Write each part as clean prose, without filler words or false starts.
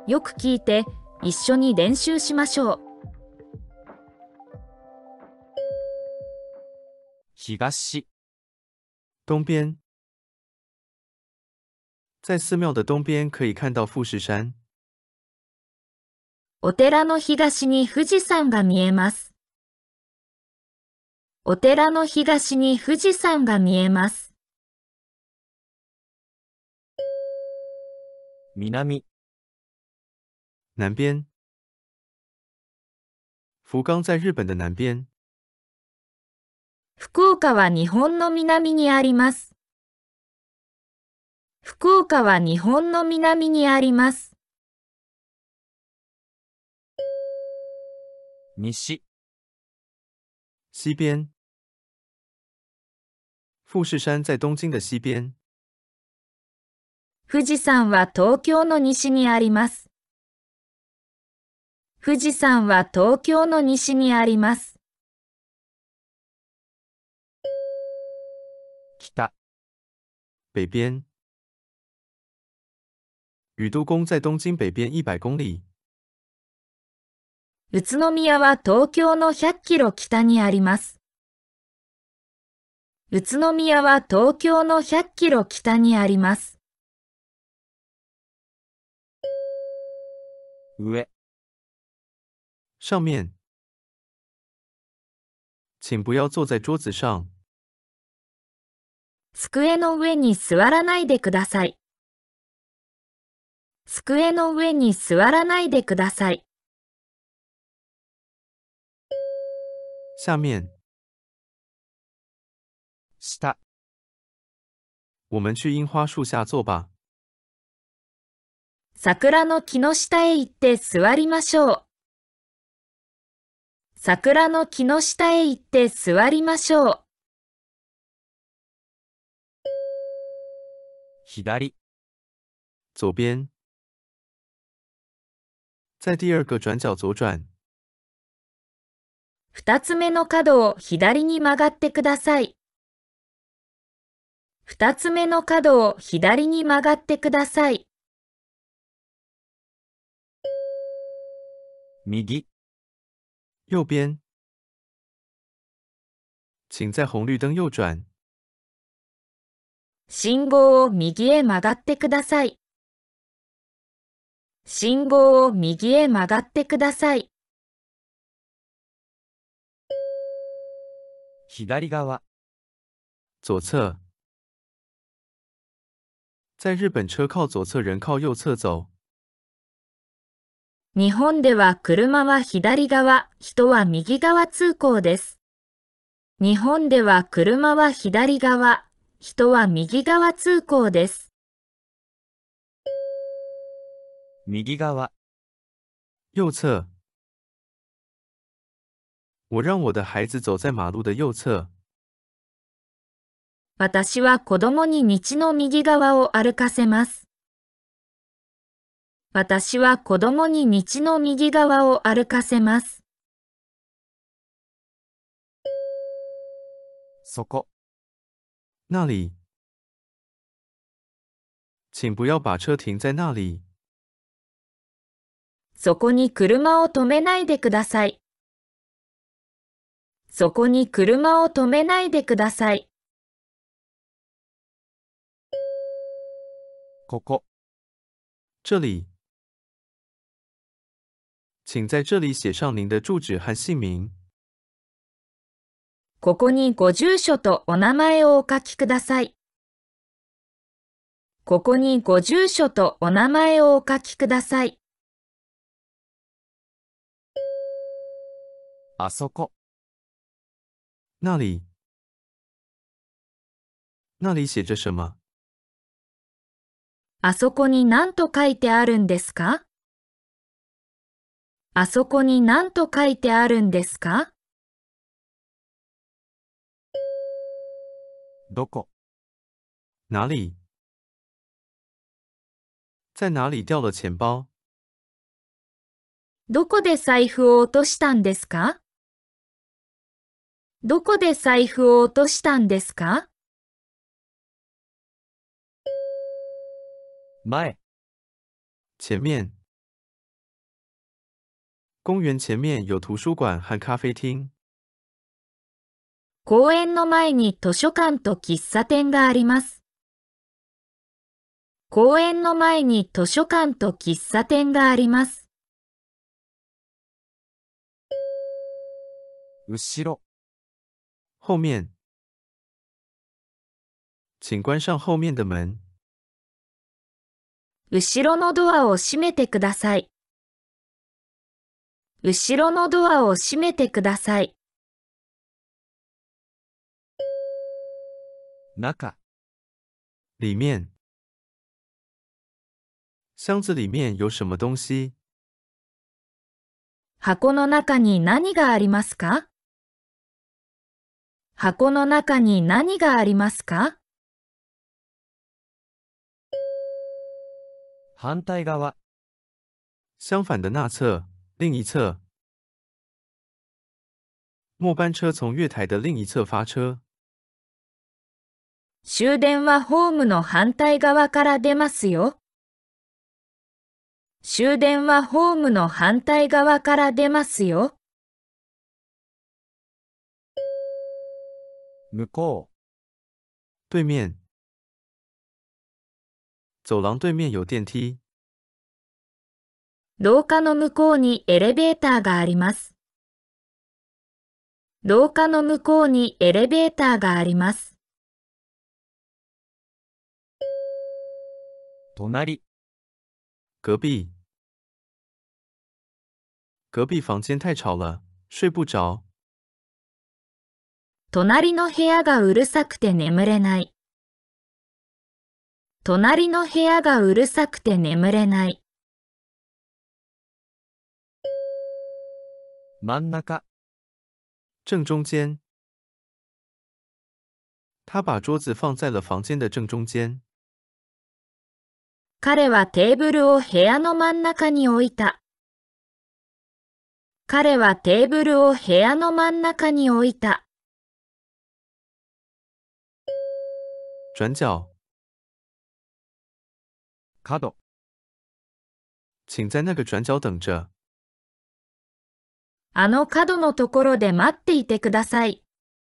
よく聞いて、一緒に練習しましょう。 東、 东边，在寺庙的东边可以看到富士山。 お寺の東に富士山が見えます。お寺の東に富士山が見えます。 南、 南边，福冈在日本的南边。 福岡は日本の南にあります。福岡は日本の南にあります。 西、 西边，富士山在东京的西边。 富士山は東京の西にあります。富士山は東京の西にあります。 北、 北边，宇都宫在东京北边100公里。 宇都宮は東京の100キロ北にあります。宇都宮は東京の100キロ北にあります。 上、 上面，请不要坐在桌子上。 机の上に座らないでください。机の上に座らないでください。 下面， 下、 我们去樱花树下坐吧。 桜の木の下へ行って座りましょう。桜の木の下へ行って座りましょう。 左、 左边，在第二个转角左转。 二つ目の角を左に曲がってください。二つ目の角を左に曲がってください。 右、 右边，请在红绿灯右转。 信号を右へ曲がってください。信号を右へ曲がってください。 左側、 左侧，在日本车靠左侧，人靠右侧走。 日本では車は左側、人は右側通行です。日本では車は左側、人は右側通行です。 右側、 右侧，我让我的孩子走在马路的右侧。 私は子供に道の右側を歩かせます。私は子供に道の右側を歩かせます。 そこ、 那里，请不要把车停在那里。 そこに車を止めないでください。そこに車を止めないでください。 ここ、 这里，请在这里写上您的住址和姓名。 ここにご住所とお名前をお書きください。ここにご住所とお名前をお書きください。 あそこ、 那里，那里写着什么？ あそこに何と書いてあるんですか？あそこに何と書いてあるんですか？ どこ、 哪里？在哪里掉了钱包？ どこで財布を落としたんですか？どこで財布を落としたんですか？ 前、 前面， 公园前面有图书馆和咖啡厅。 公園の前に図書館と喫茶店があります。公園の前に図書館と喫茶店があります。 後ろ、 后面，请关上后面的门。 後ろのドアを閉めてください。後ろのドアを閉めてください。 中、 里面，箱子里面有什么东西？ 箱の中に何がありますか？箱の中に何がありますか？ 反対側、 相反的那侧，另一侧。末班车从月台的另一侧发车。 終電はホームの反対側から出ますよ。終電はホームの反対側から出ますよ。 向こ对面，走廊对面有电梯。 廊下の向こうにエレベーターがあります。廊下の向こうにエレベーターがあります。 隣、 隔壁，隔壁房间太吵了，睡不着。 隣の部屋がうるさくて眠れない。隣の部屋がうるさくて眠れない。 真ん中、 正中间。他把桌子放在了房间的正中间。 彼はテーブルを部屋の真ん中に置いた。彼はテーブルを部屋の真ん中に置いた。 转角， 角、 请在那个转角等着。 あの角のところで待っていてください。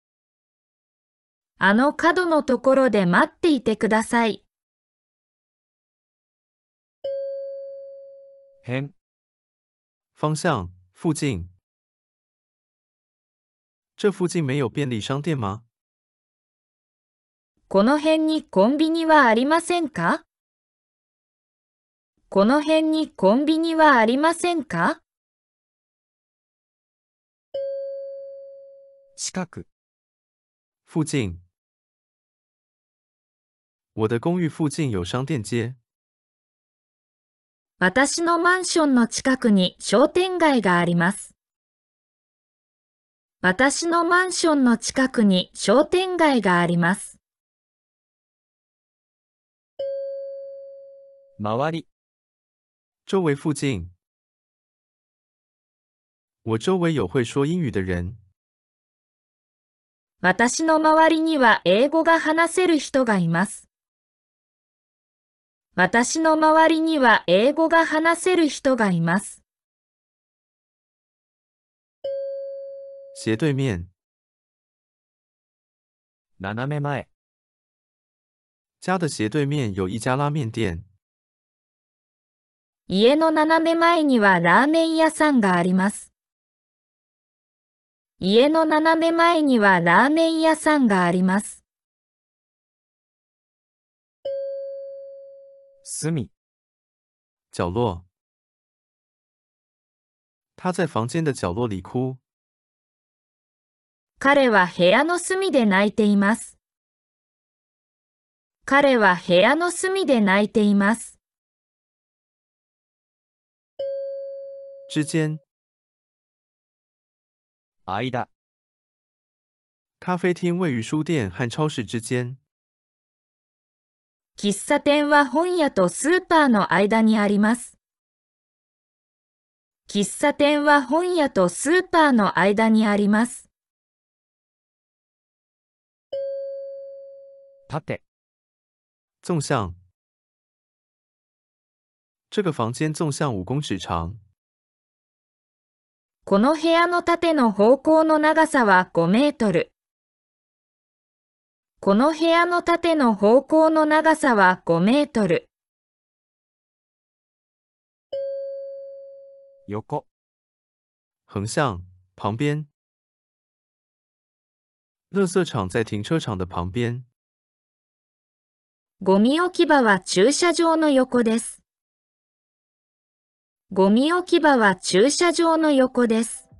あの角のところで待っていてください。 辺、 方向，附近。这附近没有便利商店吗？ この辺にコンビニはありませんか？この辺にコンビニはありませんか？ 近く、 附近。我的公寓附近有商店街。 私のマンションの近くに商店街があります。私のマンションの近くに商店街があります。 周り、 周围附近。我周围有会说英语的人。 私の周りには英語が話せる人がいます。私の周りには英語が話せる人がいます。 斜对面， 斜め前、 家的斜对面有一家拉面店。 家の斜め前にはラーメン屋さんがあります。家の斜め前にはラーメン屋さんがあります。 隅、 角落。他在房间的角落里哭。 彼は部屋の隅で泣いています。彼は部屋の隅で泣いています。 之间， 間、 咖啡厅位于书店和超市之间。 喫茶店は本屋とスーパーの間にあります。喫茶店は本屋とスーパーの間にあります。 縦、 纵向。这个房间纵向5公尺长。 この部屋の縦の方向の長さは5メートル。この部屋の縦の方向の長さは5メートル。 横、 横向，旁边。垃圾场在停车场的旁边。 ゴミ置き場は駐車場の横です。ゴミ置き場は駐車場の横です。